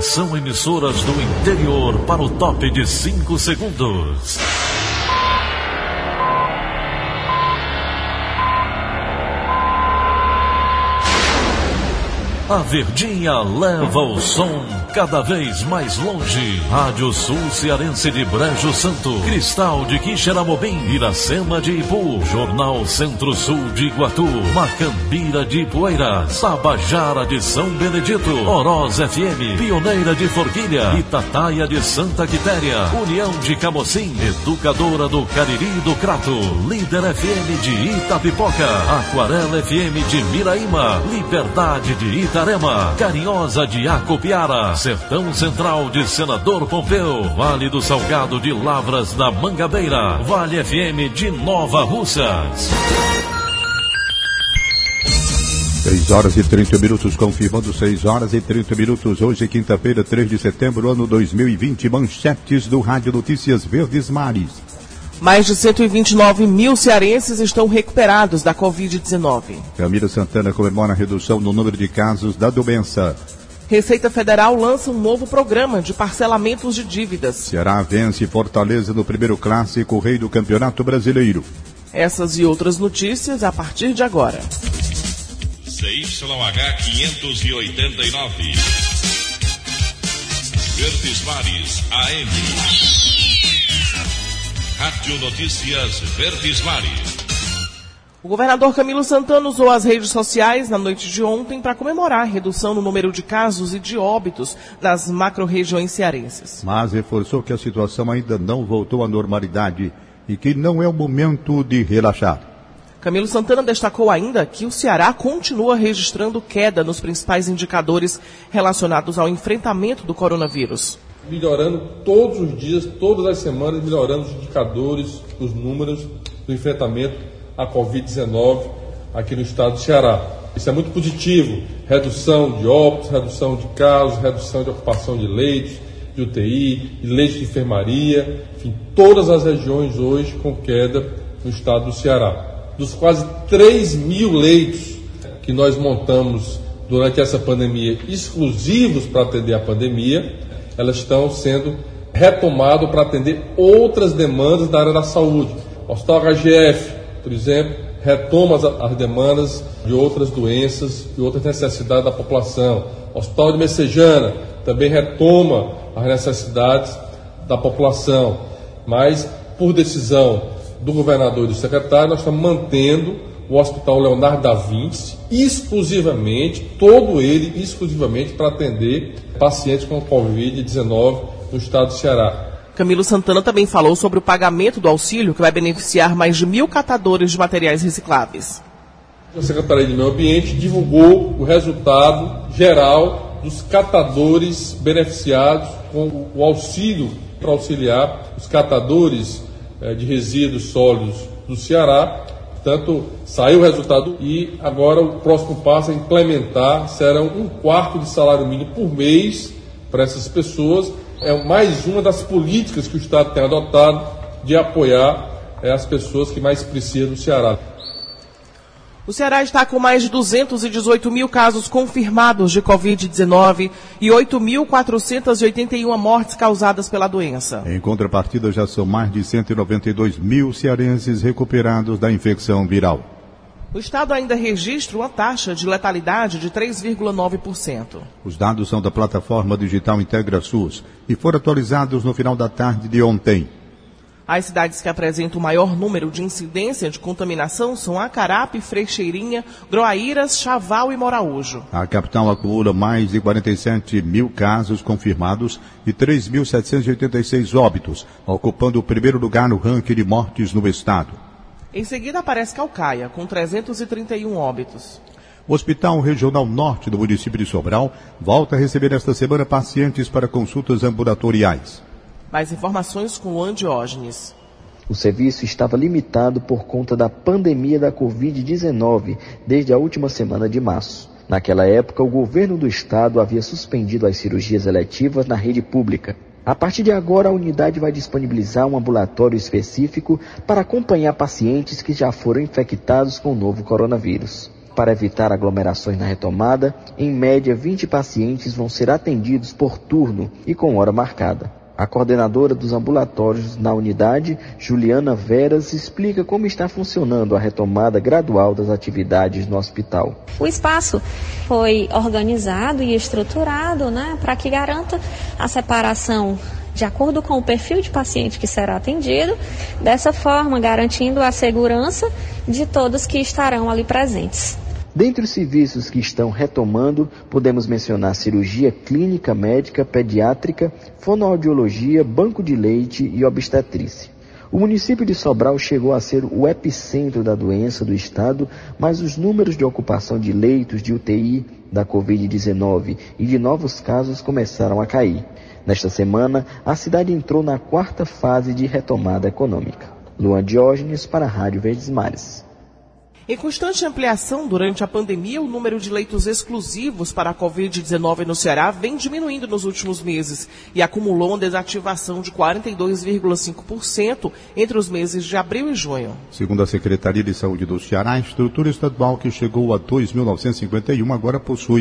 Atenção, emissoras do interior, para o top de 5 segundos. A Verdinha leva o som cada vez mais longe. Rádio Sul Cearense de Brejo Santo, Cristal de Quixeramobim, Iracema de Ipu, Jornal Centro-Sul de Iguatu, Macambira de Ipueiras, Tabajara de São Benedito, Oroz FM, Pioneira de Forquilha, Itataia de Santa Quitéria, União de Camocim, Educadora do Cariri do Crato, Líder FM de Itapipoca, Aquarela FM de Miraíma, Liberdade de Itarema, Carinhosa de Acopiara, Sertão Central de Senador Pompeu, Vale do Salgado de Lavras da Mangabeira, Vale FM de Nova Russas. 6 horas e 30 minutos, confirmando 6 horas e 30 minutos, hoje quinta-feira, 3 de setembro, ano 2020, manchetes do Rádio Notícias Verdes Mares. Mais de 129 mil cearenses estão recuperados da Covid-19. Camila Santana comemora a redução no número de casos da doença. Receita Federal lança um novo programa de parcelamentos de dívidas. Ceará vence Fortaleza no primeiro clássico Rei do Campeonato Brasileiro. Essas e outras notícias a partir de agora. CYH 589. Verdes Mares AM. Rádio Notícias Verdes Mares. O governador Camilo Santana usou as redes sociais na noite de ontem para comemorar a redução no número de casos e de óbitos nas macro-regiões cearenses. Mas reforçou que a situação ainda não voltou à normalidade e que não é o momento de relaxar. Camilo Santana destacou ainda que o Ceará continua registrando queda nos principais indicadores relacionados ao enfrentamento do coronavírus. Melhorando todos os dias, todas as semanas, melhorando os indicadores, os números do enfrentamento à Covid-19 aqui no estado do Ceará. Isso é muito positivo. Redução de óbitos, redução de casos, redução de ocupação de leitos, de UTI, de leitos de enfermaria, enfim, todas as regiões hoje com queda no estado do Ceará. Dos quase 3 mil leitos que nós montamos durante essa pandemia, exclusivos para atender a pandemia, elas estão sendo retomadas para atender outras demandas da área da saúde. O Hospital HGF, por exemplo, retoma as demandas de outras doenças e outras necessidades da população. O Hospital de Messejana também retoma as necessidades da população. Mas, por decisão do governador e do secretário, nós estamos mantendo o Hospital Leonardo da Vinci exclusivamente, todo ele exclusivamente para atender pacientes com Covid-19 no estado do Ceará. Camilo Santana também falou sobre o pagamento do auxílio que vai beneficiar mais de 1.000 catadores de materiais recicláveis. A Secretaria de Meio Ambiente divulgou o resultado geral dos catadores beneficiados com o auxílio para auxiliar os catadores de resíduos sólidos do Ceará. Portanto, saiu o resultado e agora o próximo passo é implementar, serão 1/4 de salário mínimo por mês para essas pessoas. É mais uma das políticas que o Estado tem adotado de apoiar as pessoas que mais precisam do Ceará. O Ceará está com mais de 218 mil casos confirmados de Covid-19 e 8.481 mortes causadas pela doença. Em contrapartida, já são mais de 192 mil cearenses recuperados da infecção viral. O Estado ainda registra uma taxa de letalidade de 3,9%. Os dados são da plataforma digital IntegraSUS e foram atualizados no final da tarde de ontem. As cidades que apresentam o maior número de incidência de contaminação são Acarape, Frecheirinha, Groaíras, Chaval e Moraújo. A capital acumula mais de 47 mil casos confirmados e 3.786 óbitos, ocupando o primeiro lugar no ranking de mortes no estado. Em seguida aparece Caucaia, com 331 óbitos. O Hospital Regional Norte do município de Sobral volta a receber esta semana pacientes para consultas ambulatoriais. Mais informações com Luan Diógenes. O serviço estava limitado por conta da pandemia da Covid-19 desde a última semana de março. Naquela época, o governo do estado havia suspendido as cirurgias eletivas na rede pública. A partir de agora, a unidade vai disponibilizar um ambulatório específico para acompanhar pacientes que já foram infectados com o novo coronavírus. Para evitar aglomerações na retomada, em média 20 pacientes vão ser atendidos por turno e com hora marcada. A coordenadora dos ambulatórios na unidade, Juliana Veras, explica como está funcionando a retomada gradual das atividades no hospital. O espaço foi organizado e estruturado, para que garanta a separação de acordo com o perfil de paciente que será atendido, dessa forma garantindo a segurança de todos que estarão ali presentes. Dentre os serviços que estão retomando, podemos mencionar cirurgia clínica médica, pediátrica, fonoaudiologia, banco de leite e obstetrícia. O município de Sobral chegou a ser o epicentro da doença do estado, mas os números de ocupação de leitos de UTI da Covid-19 e de novos casos começaram a cair. Nesta semana, a cidade entrou na 4ª fase de retomada econômica. Luan Diógenes para a Rádio Verdes Mares. Em constante ampliação durante a pandemia, o número de leitos exclusivos para a Covid-19 no Ceará vem diminuindo nos últimos meses e acumulou uma desativação de 42,5% entre os meses de abril e junho. Segundo a Secretaria de Saúde do Ceará, a estrutura estadual que chegou a 2.951 agora possui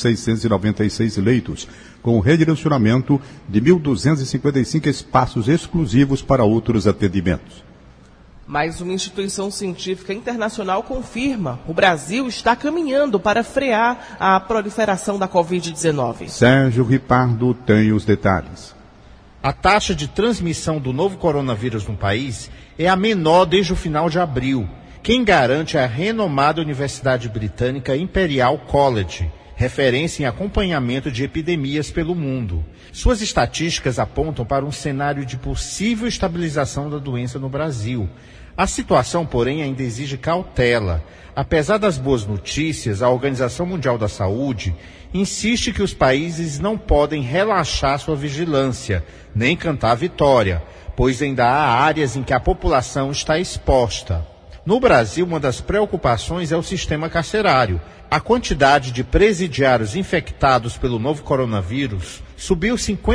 1.696 leitos, com redirecionamento de 1.255 espaços exclusivos para outros atendimentos. Mas uma instituição científica internacional confirma: o Brasil está caminhando para frear a proliferação da Covid-19. Sérgio Ripardo tem os detalhes. A taxa de transmissão do novo coronavírus no país é a menor desde o final de abril. Quem garante é a renomada Universidade Britânica Imperial College, referência em acompanhamento de epidemias pelo mundo. Suas estatísticas apontam para um cenário de possível estabilização da doença no Brasil. A situação, porém, ainda exige cautela. Apesar das boas notícias, a Organização Mundial da Saúde insiste que os países não podem relaxar sua vigilância, nem cantar vitória, pois ainda há áreas em que a população está exposta. No Brasil, uma das preocupações é o sistema carcerário. A quantidade de presidiários infectados pelo novo coronavírus subiu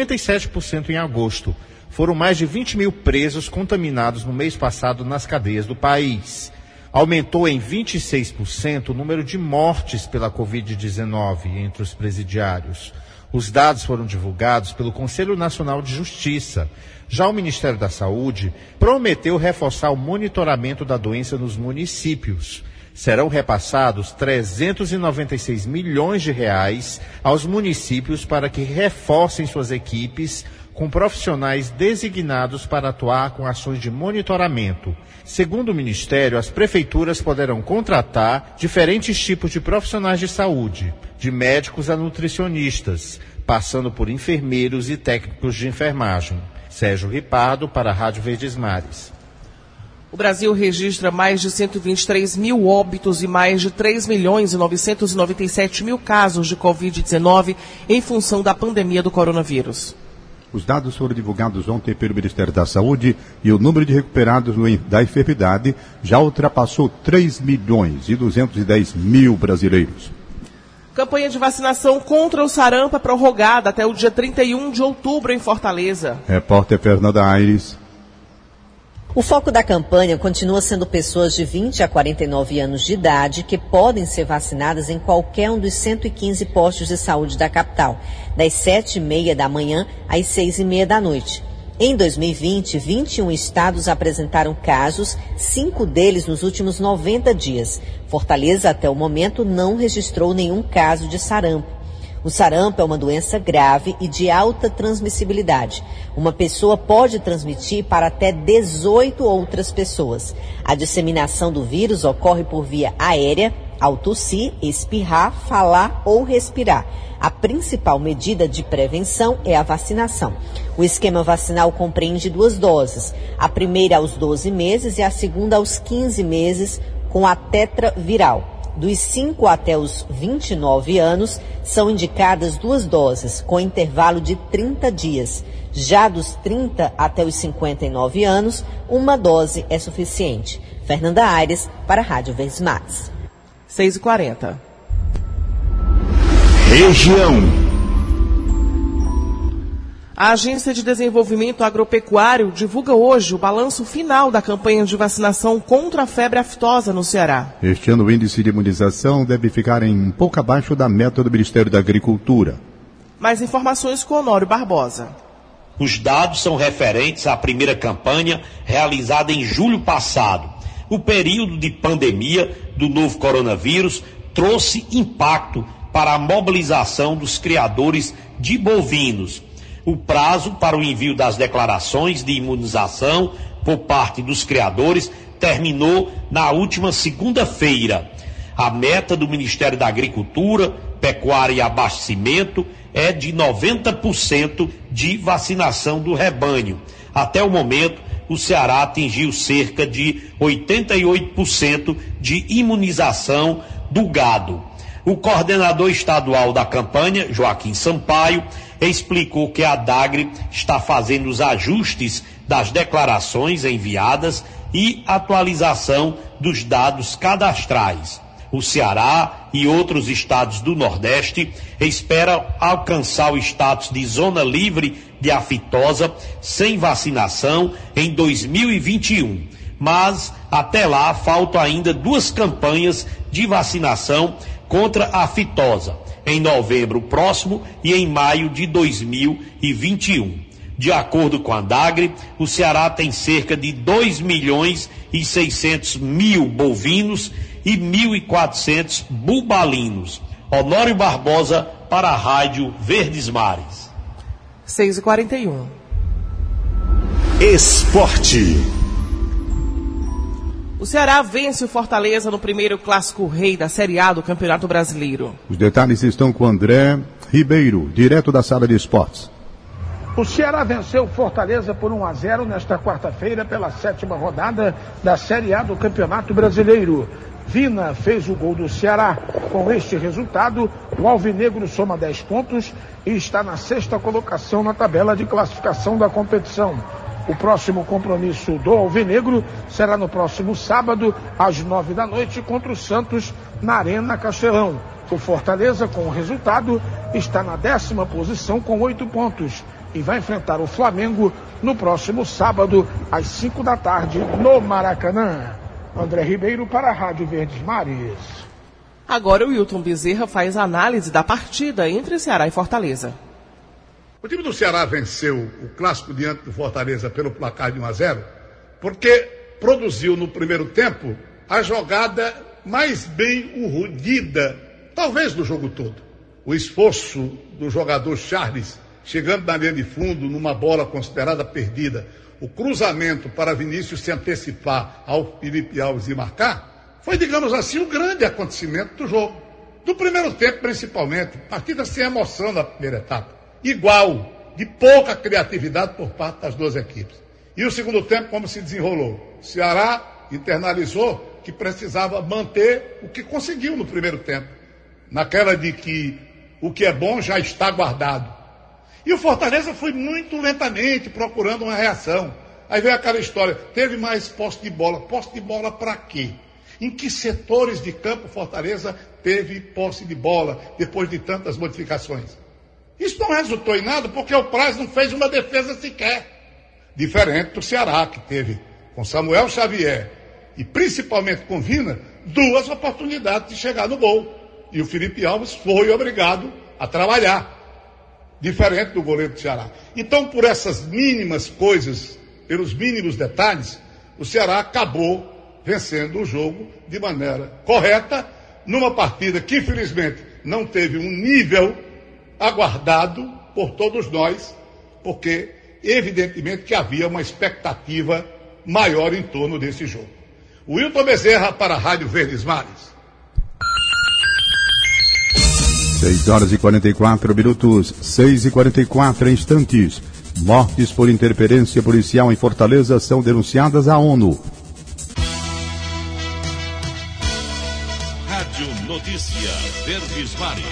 57% em agosto. Foram mais de 20 mil presos contaminados no mês passado nas cadeias do país. Aumentou em 26% o número de mortes pela Covid-19 entre os presidiários. Os dados foram divulgados pelo Conselho Nacional de Justiça. Já o Ministério da Saúde prometeu reforçar o monitoramento da doença nos municípios. Serão repassados 396 milhões de reais aos municípios para que reforcem suas equipes com profissionais designados para atuar com ações de monitoramento. Segundo o Ministério, as prefeituras poderão contratar diferentes tipos de profissionais de saúde, de médicos a nutricionistas, passando por enfermeiros e técnicos de enfermagem. Sérgio Ripardo para a Rádio Verdes Mares. O Brasil registra mais de 123 mil óbitos e mais de 3.997.000 casos de Covid-19 em função da pandemia do coronavírus. Os dados foram divulgados ontem pelo Ministério da Saúde e o número de recuperados da enfermidade já ultrapassou 3.210.000 brasileiros. Campanha de vacinação contra o sarampo é prorrogada até o dia 31 de outubro em Fortaleza. Repórter Fernanda Aires. O foco da campanha continua sendo pessoas de 20 a 49 anos de idade que podem ser vacinadas em qualquer um dos 115 postos de saúde da capital, das 7h30 da manhã às 6h30 da noite. Em 2020, 21 estados apresentaram casos, 5 deles nos últimos 90 dias. Fortaleza, até o momento, não registrou nenhum caso de sarampo. O sarampo é uma doença grave e de alta transmissibilidade. Uma pessoa pode transmitir para até 18 outras pessoas. A disseminação do vírus ocorre por via aérea, ao tossir, espirrar, falar ou respirar. A principal medida de prevenção é a vacinação. O esquema vacinal compreende 2 doses. A primeira aos 12 meses e a segunda aos 15 meses com a tetraviral. Dos 5 até os 29 anos, são indicadas 2 doses, com intervalo de 30 dias. Já dos 30 até os 59 anos, 1 dose é suficiente. Fernanda Aires, para a Rádio Verdes Mares. 6h40. Região. A Agência de Desenvolvimento Agropecuário divulga hoje o balanço final da campanha de vacinação contra a febre aftosa no Ceará. Este ano o índice de imunização deve ficar um pouco abaixo da meta do Ministério da Agricultura. Mais informações com Honório Barbosa. Os dados são referentes à primeira campanha realizada em julho passado. O período de pandemia do novo coronavírus trouxe impacto para a mobilização dos criadores de bovinos. O prazo para o envio das declarações de imunização por parte dos criadores terminou na última segunda-feira. A meta do Ministério da Agricultura, Pecuária e Abastecimento é de 90% de vacinação do rebanho. Até o momento, o Ceará atingiu cerca de 88% de imunização do gado. O coordenador estadual da campanha, Joaquim Sampaio, explicou que a DAGRE está fazendo os ajustes das declarações enviadas e atualização dos dados cadastrais. O Ceará e outros estados do Nordeste esperam alcançar o status de zona livre de aftosa sem vacinação em 2021. Mas, até lá, faltam ainda 2 campanhas de vacinação contra a aftosa, em novembro próximo e em maio de 2021. De acordo com a DAGRE, o Ceará tem cerca de 2.600.000 bovinos e 1.400 bubalinos. Honório Barbosa para a Rádio Verdes Mares. 6h41. Esporte. O Ceará vence o Fortaleza no primeiro Clássico Rei da Série A do Campeonato Brasileiro. Os detalhes estão com André Ribeiro, direto da sala de esportes. O Ceará venceu o Fortaleza por 1-0 nesta quarta-feira pela 7ª rodada da Série A do Campeonato Brasileiro. Vina fez o gol do Ceará. Com este resultado, o Alvinegro soma 10 pontos e está na 6ª colocação na tabela de classificação da competição. O próximo compromisso do Alvinegro será no próximo sábado, às 9 da noite, contra o Santos, na Arena Castelão. O Fortaleza, com o resultado, está na 10ª posição com 8 pontos e vai enfrentar o Flamengo no próximo sábado, às 5 da tarde, no Maracanã. André Ribeiro para a Rádio Verdes Mares. Agora o Wilton Bezerra faz a análise da partida entre Ceará e Fortaleza. O time do Ceará venceu o clássico diante do Fortaleza pelo placar de 1-0, porque produziu no primeiro tempo a jogada mais bem urudida, talvez do jogo todo. O esforço do jogador Charles, chegando na linha de fundo, numa bola considerada perdida, o cruzamento para Vinícius se antecipar ao Felipe Alves e marcar, foi, digamos assim, o grande acontecimento do jogo. Do primeiro tempo, principalmente, partida sem emoção na primeira etapa. Igual, de pouca criatividade por parte das duas equipes. E o segundo tempo, como se desenrolou? O Ceará internalizou que precisava manter o que conseguiu no primeiro tempo. Naquela de que o que é bom já está guardado. E o Fortaleza foi muito lentamente procurando uma reação. Aí veio aquela história, teve mais posse de bola. Posse de bola para quê? Em que setores de campo o Fortaleza teve posse de bola depois de tantas modificações? Isso não resultou em nada porque o Praz não fez uma defesa sequer. Diferente do Ceará, que teve com Samuel Xavier e principalmente com Vina, 2 oportunidades de chegar no gol. E o Felipe Alves foi obrigado a trabalhar. Diferente do goleiro do Ceará. Então, por essas mínimas coisas, pelos mínimos detalhes, o Ceará acabou vencendo o jogo de maneira correta, numa partida que, infelizmente, não teve um nível aguardado por todos nós, porque, evidentemente, que havia uma expectativa maior em torno desse jogo. O Wilton Bezerra para a Rádio Verdes Mares. 6h44, 6h44 instantes. Mortes por interferência policial em Fortaleza são denunciadas à ONU. Rádio Notícia Verdes Mares.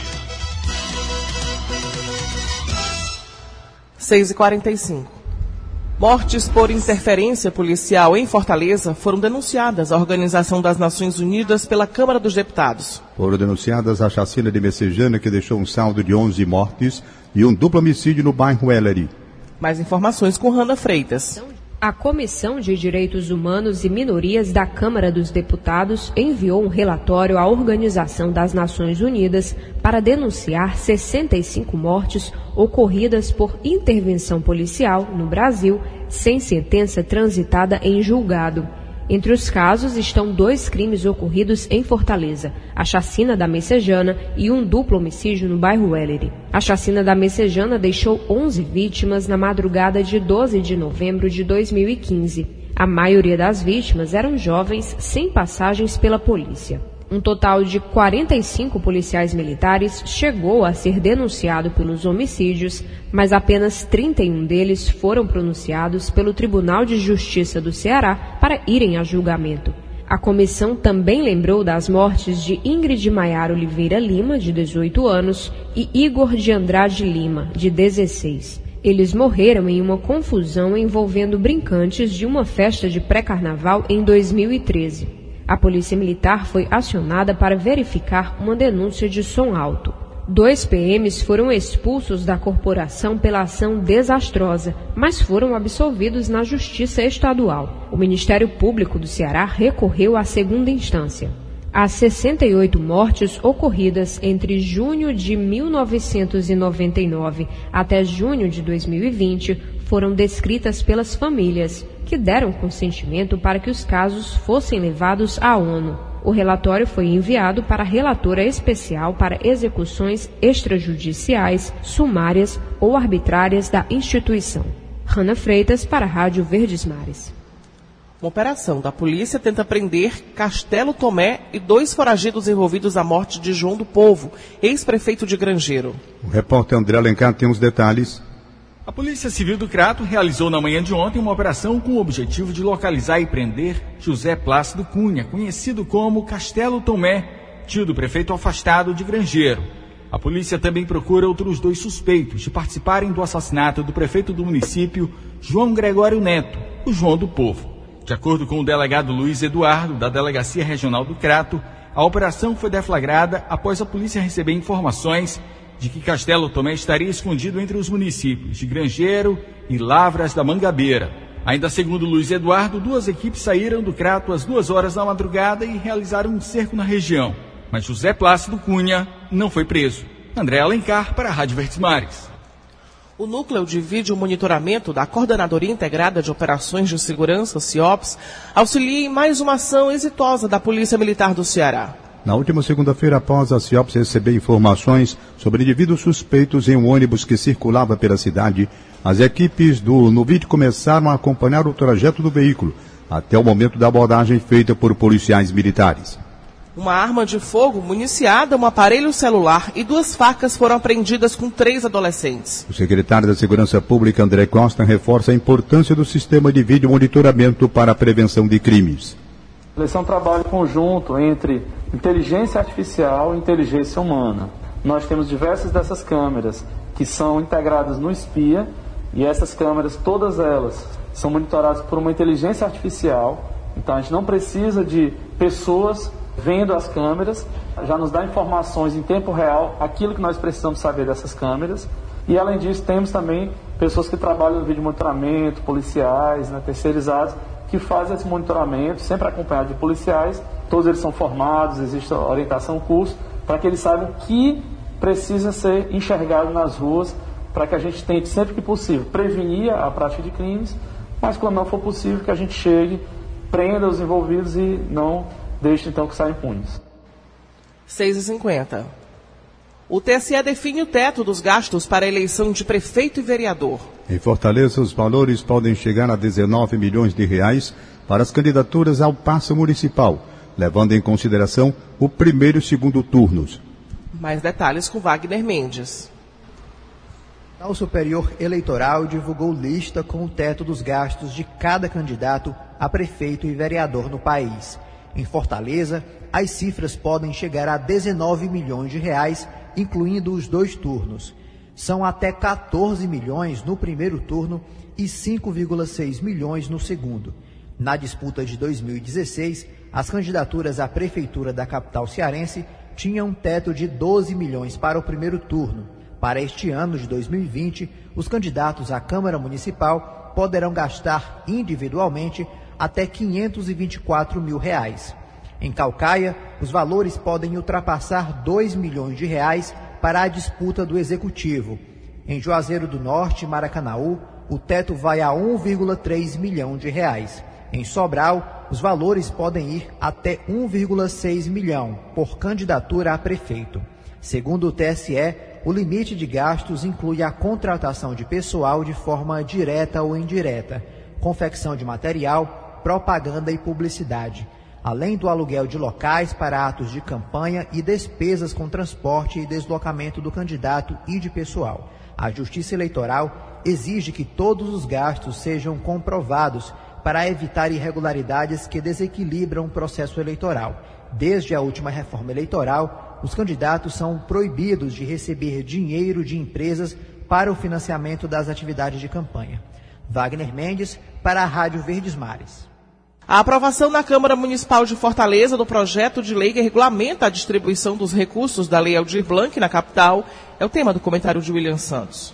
6h45. Mortes por interferência policial em Fortaleza foram denunciadas à Organização das Nações Unidas pela Câmara dos Deputados. Foram denunciadas a chacina de Messejana, que deixou um saldo de 11 mortes, e um duplo homicídio no bairro Ellery. Mais informações com Hanna Freitas. A Comissão de Direitos Humanos e Minorias da Câmara dos Deputados enviou um relatório à Organização das Nações Unidas para denunciar 65 mortes ocorridas por intervenção policial no Brasil, sem sentença transitada em julgado. Entre os casos estão 2 crimes ocorridos em Fortaleza, a chacina da Messejana e um duplo homicídio no bairro Wellery. A chacina da Messejana deixou 11 vítimas na madrugada de 12 de novembro de 2015. A maioria das vítimas eram jovens sem passagens pela polícia. Um total de 45 policiais militares chegou a ser denunciado pelos homicídios, mas apenas 31 deles foram pronunciados pelo Tribunal de Justiça do Ceará para irem a julgamento. A comissão também lembrou das mortes de Ingrid Maiara Oliveira Lima, de 18 anos, e Igor de Andrade Lima, de 16. Eles morreram em uma confusão envolvendo brincantes de uma festa de pré-carnaval em 2013. A Polícia Militar foi acionada para verificar uma denúncia de som alto. 2 PMs foram expulsos da corporação pela ação desastrosa, mas foram absolvidos na Justiça Estadual. O Ministério Público do Ceará recorreu à segunda instância. As 68 mortes ocorridas entre junho de 1999 até junho de 2020 foram descritas pelas famílias, que deram consentimento para que os casos fossem levados à ONU. O relatório foi enviado para a relatora especial para execuções extrajudiciais, sumárias ou arbitrárias da instituição. Hanna Freitas, para a Rádio Verdes Mares. Uma operação da polícia tenta prender Castelo Tomé e 2 foragidos envolvidos na morte de João do Povo, ex-prefeito de Grangeiro. O repórter André Alencar tem os detalhes. A Polícia Civil do Crato realizou na manhã de ontem uma operação com o objetivo de localizar e prender José Plácido Cunha, conhecido como Castelo Tomé, tio do prefeito afastado de Grangeiro. A polícia também procura outros 2 suspeitos de participarem do assassinato do prefeito do município, João Gregório Neto, o João do Povo. De acordo com o delegado Luiz Eduardo, da Delegacia Regional do Crato, a operação foi deflagrada após a polícia receber informações de que Castelo Tomé estaria escondido entre os municípios de Grangeiro e Lavras da Mangabeira. Ainda segundo Luiz Eduardo, 2 equipes saíram do Crato às 2 horas da madrugada e realizaram um cerco na região. Mas José Plácido Cunha não foi preso. André Alencar, para a Rádio Verdes Mares. O Núcleo de Vídeo Monitoramento da Coordenadoria Integrada de Operações de Segurança, CIOPS, auxilia em mais uma ação exitosa da Polícia Militar do Ceará. Na última segunda-feira, após a CIOPS receber informações sobre indivíduos suspeitos em um ônibus que circulava pela cidade, as equipes do NUVID começaram a acompanhar o trajeto do veículo, até o momento da abordagem feita por policiais militares. Uma arma de fogo municiada, um aparelho celular e 2 facas foram apreendidas com 3 adolescentes. O secretário da Segurança Pública, André Costa, reforça a importância do sistema de vídeo monitoramento para a prevenção de crimes. Esse é um trabalho conjunto entre inteligência artificial e inteligência humana. Nós temos diversas dessas câmeras que são integradas no SPIA e essas câmeras, todas elas, são monitoradas por uma inteligência artificial. Então a gente não precisa de pessoas vendo as câmeras, já nos dá informações em tempo real, aquilo que nós precisamos saber dessas câmeras. E além disso, temos também pessoas que trabalham no vídeo monitoramento, policiais, terceirizados, que fazem esse monitoramento, sempre acompanhado de policiais. Todos eles são formados, existe orientação, curso, para que eles saibam que precisa ser enxergado nas ruas, para que a gente tente, sempre que possível, prevenir a prática de crimes, mas quando não for possível, que a gente chegue, prenda os envolvidos e não deixe, então, que saiam impunes. 6h50. O TSE define o teto dos gastos para a eleição de prefeito e vereador. Em Fortaleza, os valores podem chegar a 19 milhões de reais para as candidaturas ao paço municipal, levando em consideração o primeiro e segundo turnos. Mais detalhes com Wagner Mendes. O Tribunal Superior Eleitoral divulgou lista com o teto dos gastos de cada candidato a prefeito e vereador no país. Em Fortaleza, as cifras podem chegar a 19 milhões de reais, incluindo os 2 turnos. São até 14 milhões no primeiro turno e 5,6 milhões no segundo. Na disputa de 2016, as candidaturas à prefeitura da capital cearense tinham um teto de 12 milhões para o primeiro turno, Para este ano de 2020, os candidatos à Câmara Municipal poderão gastar individualmente até R$ 524 mil. Em Caucaia, os valores podem ultrapassar R$ 2 milhões para a disputa do Executivo. Em Juazeiro do Norte e Maracanaú, o teto vai a R$ 1,3 milhão. Em Sobral, os valores podem ir até R$ 1,6 milhão por candidatura a prefeito. Segundo o TSE, o limite de gastos inclui a contratação de pessoal de forma direta ou indireta, confecção de material, propaganda e publicidade, além do aluguel de locais para atos de campanha e despesas com transporte e deslocamento do candidato e de pessoal. A Justiça Eleitoral exige que todos os gastos sejam comprovados para evitar irregularidades que desequilibram o processo eleitoral. Desde a última reforma eleitoral, os candidatos são proibidos de receber dinheiro de empresas para o financiamento das atividades de campanha. Wagner Mendes, para a Rádio Verdes Mares. A aprovação na Câmara Municipal de Fortaleza do projeto de lei que regulamenta a distribuição dos recursos da Lei Aldir Blanc na capital é o tema do comentário de William Santos.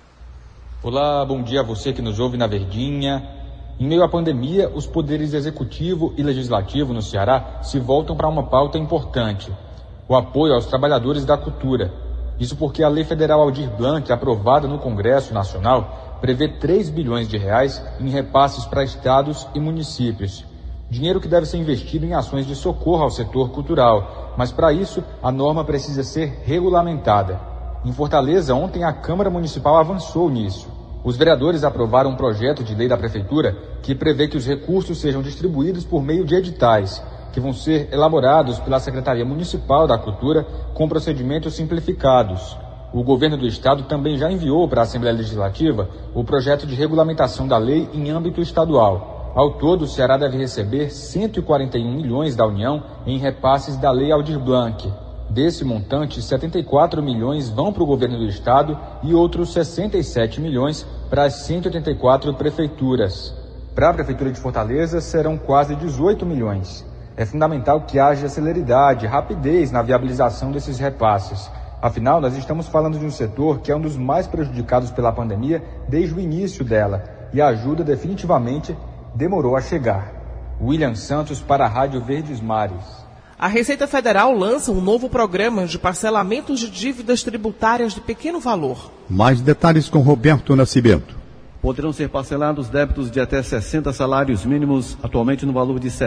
Olá, bom dia a você que nos ouve na Verdinha. Em meio à pandemia, os poderes executivo e legislativo no Ceará se voltam para uma pauta importante: o apoio aos trabalhadores da cultura. Isso porque a Lei Federal Aldir Blanc, aprovada no Congresso Nacional, prevê 3 bilhões de reais em repasses para estados e municípios. Dinheiro que deve ser investido em ações de socorro ao setor cultural, mas para isso a norma precisa ser regulamentada. Em Fortaleza, ontem a Câmara Municipal avançou nisso. Os vereadores aprovaram um projeto de lei da Prefeitura que prevê que os recursos sejam distribuídos por meio de editais, que vão ser elaborados pela Secretaria Municipal da Cultura com procedimentos simplificados. O governo do estado também já enviou para a Assembleia Legislativa o projeto de regulamentação da lei em âmbito estadual. Ao todo, o Ceará deve receber 141 milhões da União em repasses da Lei Aldir Blanc. Desse montante, 74 milhões vão para o governo do estado e outros 67 milhões para as 184 prefeituras. Para a Prefeitura de Fortaleza, serão quase 18 milhões. É fundamental que haja celeridade, rapidez na viabilização desses repasses. Afinal, nós estamos falando de um setor que é um dos mais prejudicados pela pandemia desde o início dela, e a ajuda definitivamente demorou a chegar. William Santos para a Rádio Verdes Mares. A Receita Federal lança um novo programa de parcelamentos de dívidas tributárias de pequeno valor. Mais detalhes com Roberto Nascimento. Poderão ser parcelados débitos de até 60 salários mínimos, atualmente no valor de R$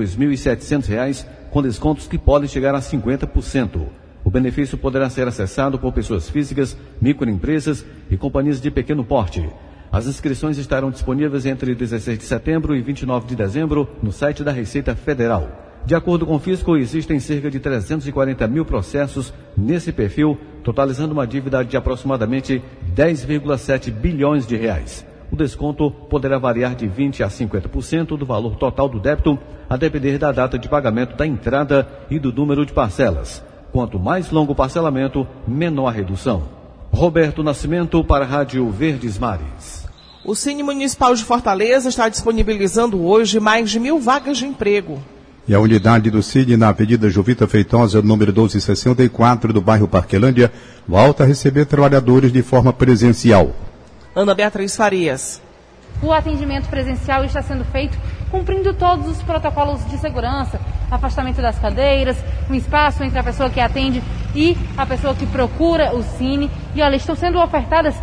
62.700, com descontos que podem chegar a 50%. O benefício poderá ser acessado por pessoas físicas, microempresas e companhias de pequeno porte. As inscrições estarão disponíveis entre 16 de setembro e 29 de dezembro no site da Receita Federal. De acordo com o Fisco, existem cerca de 340 mil processos nesse perfil, totalizando uma dívida de aproximadamente 10,7 bilhões de reais. O desconto poderá variar de 20% a 50% do valor total do débito, a depender da data de pagamento da entrada e do número de parcelas. Quanto mais longo o parcelamento, menor a redução. Roberto Nascimento para a Rádio Verdes Mares. O Cine Municipal de Fortaleza está disponibilizando hoje mais de 1.000 vagas de emprego. E a unidade do Cine na Avenida Jovita Feitosa, número 1264, do bairro Parquelândia, volta a receber trabalhadores de forma presencial. Ana Beatriz Farias. O atendimento presencial está sendo feito cumprindo todos os protocolos de segurança, afastamento das cadeiras, um espaço entre a pessoa que atende e a pessoa que procura o Cine. E olha, estão sendo ofertadas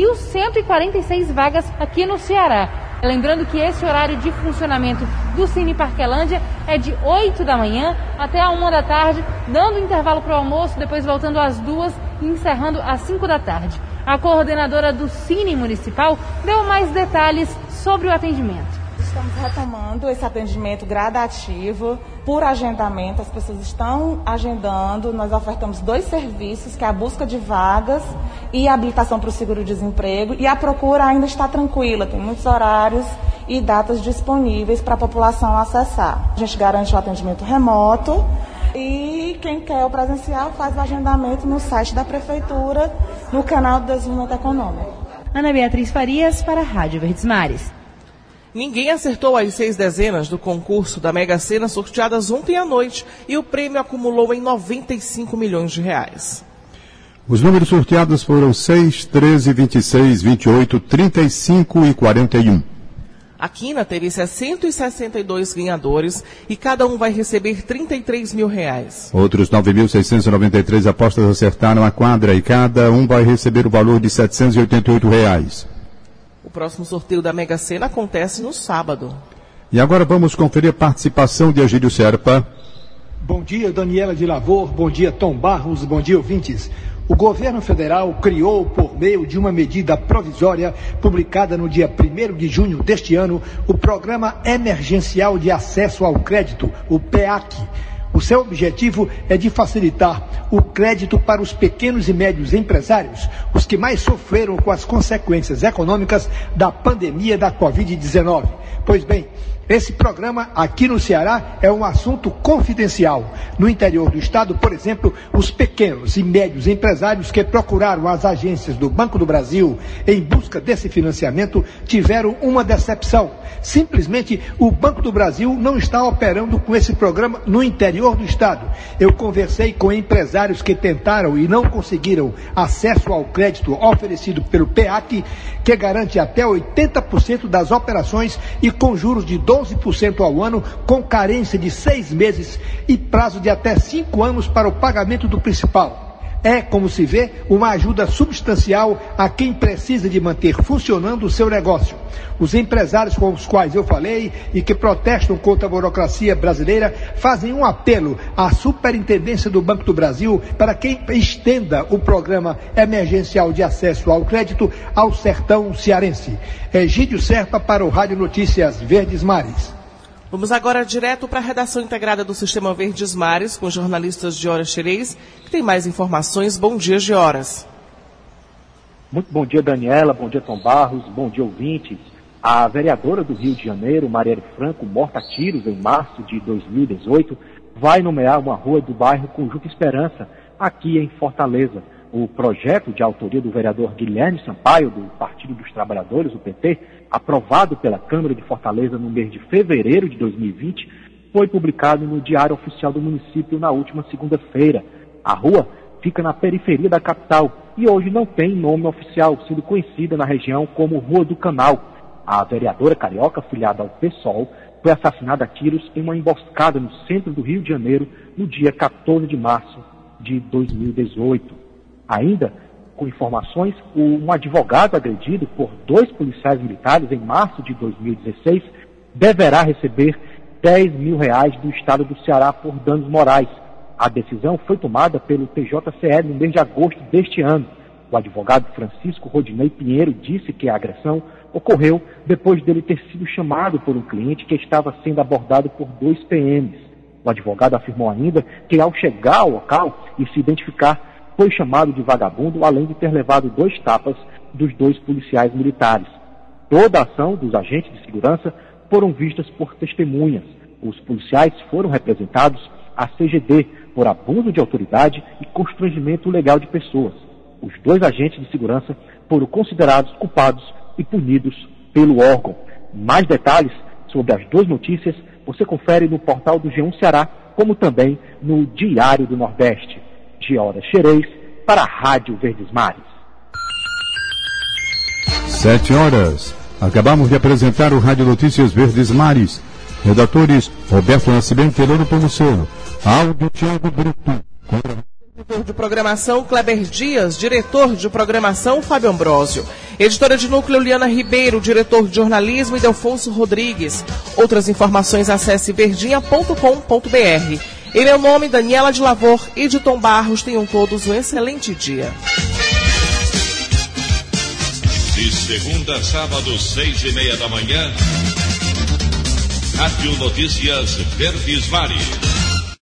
1.146 vagas aqui no Ceará. Lembrando que esse horário de funcionamento do Cine Parquelândia é de 8 da manhã até a 1 da tarde, dando intervalo para o almoço, depois voltando às 2 e encerrando às 5 da tarde. A coordenadora do Cine Municipal deu mais detalhes sobre o atendimento. Estamos retomando esse atendimento gradativo por agendamento. As pessoas estão agendando. Nós ofertamos 2 serviços, que é a busca de vagas e a habilitação para o seguro-desemprego. E a procura ainda está tranquila, tem muitos horários e datas disponíveis para a população acessar. A gente garante o atendimento remoto e quem quer o presencial faz o agendamento no site da Prefeitura, no canal do Desenvolvimento Econômico. Ana Beatriz Farias para a Rádio Verdes Mares. Ninguém acertou as 6 dezenas do concurso da Mega Sena sorteadas ontem à noite e o prêmio acumulou em 95 milhões de reais. Os números sorteados foram 6, 13, 26, 28, 35 e 41. A Quina teve 662 ganhadores e cada um vai receber R$33 mil. Outros 9.693 apostas acertaram a quadra e cada um vai receber o valor de R$788. O próximo sorteio da Mega Sena acontece no sábado. E agora vamos conferir a participação de Egídio Serpa. Bom dia, Daniela de Lavor. Bom dia, Tom Barros. Bom dia, ouvintes. O governo federal criou, por meio de uma medida provisória publicada no dia 1º de junho deste ano, o Programa Emergencial de Acesso ao Crédito, o PEAC. O seu objetivo é de facilitar o crédito para os pequenos e médios empresários, os que mais sofreram com as consequências econômicas da pandemia da Covid-19. Pois bem, esse programa aqui no Ceará é um assunto confidencial. No interior do estado, por exemplo, os pequenos e médios empresários que procuraram as agências do Banco do Brasil em busca desse financiamento tiveram uma decepção. Simplesmente o Banco do Brasil não está operando com esse programa no interior do estado. Eu conversei com empresários que tentaram e não conseguiram acesso ao crédito oferecido pelo PEAC, que garante até 80% das operações e com juros de 12% ao ano, com carência de 6 meses e prazo de até 5 anos para o pagamento do principal. É, como se vê, uma ajuda substancial a quem precisa de manter funcionando o seu negócio. Os empresários com os quais eu falei e que protestam contra a burocracia brasileira fazem um apelo à Superintendência do Banco do Brasil para que estenda o Programa Emergencial de Acesso ao Crédito ao sertão cearense. Egídio Serpa para o Rádio Notícias Verdes Mares. Vamos agora direto para a redação integrada do Sistema Verdes Mares, com os jornalistas Gioras Xerez, que tem mais informações. Bom dia, Gioras. Muito bom dia, Daniela. Bom dia, Tom Barros. Bom dia, ouvintes. A vereadora do Rio de Janeiro, Marielle Franco, morta a tiros em março de 2018, vai nomear uma rua do bairro Conjunto Esperança, aqui em Fortaleza. O projeto de autoria do vereador Guilherme Sampaio, do Partido dos Trabalhadores, o PT, aprovado pela Câmara de Fortaleza no mês de fevereiro de 2020, foi publicado no Diário Oficial do município na última segunda-feira. A rua fica na periferia da capital e hoje não tem nome oficial, sendo conhecida na região como Rua do Canal. A vereadora carioca, filiada ao PSOL, foi assassinada a tiros em uma emboscada no centro do Rio de Janeiro no dia 14 de março de 2018. Ainda, com informações, um advogado agredido por 2 policiais militares em março de 2016 deverá receber R$10 mil do Estado do Ceará por danos morais. A decisão foi tomada pelo TJCE no mês de agosto deste ano. O advogado Francisco Rodinei Pinheiro disse que a agressão ocorreu depois dele ter sido chamado por um cliente que estava sendo abordado por 2 PMs. O advogado afirmou ainda que, ao chegar ao local e se identificar, foi chamado de vagabundo, além de ter levado 2 tapas dos 2 policiais militares. Toda a ação dos agentes de segurança foram vistas por testemunhas. Os policiais foram representados à CGD por abuso de autoridade e constrangimento legal de pessoas. Os 2 agentes de segurança foram considerados culpados e punidos pelo órgão. Mais detalhes sobre as 2 notícias você confere no portal do G1 Ceará, como também no Diário do Nordeste. Gioras Xerez para a Rádio Verdes Mares. 7 horas. Acabamos de apresentar o Rádio Notícias Verdes Mares. Redatores Roberto Nascimento e Elano Pomuceno. Áudio Thiago Brito. Diretor de programação Kleber Dias, diretor de programação Fábio Ambrosio, editora de núcleo Liana Ribeiro, diretor de jornalismo Idelfonso Rodrigues. Outras informações acesse verdinha.com.br. Em meu nome, Daniela de Lavor e de Tom Barros, tenham todos um excelente dia. De segunda a sábado, 6:30 da manhã, Rádio Notícias Verdes Mares.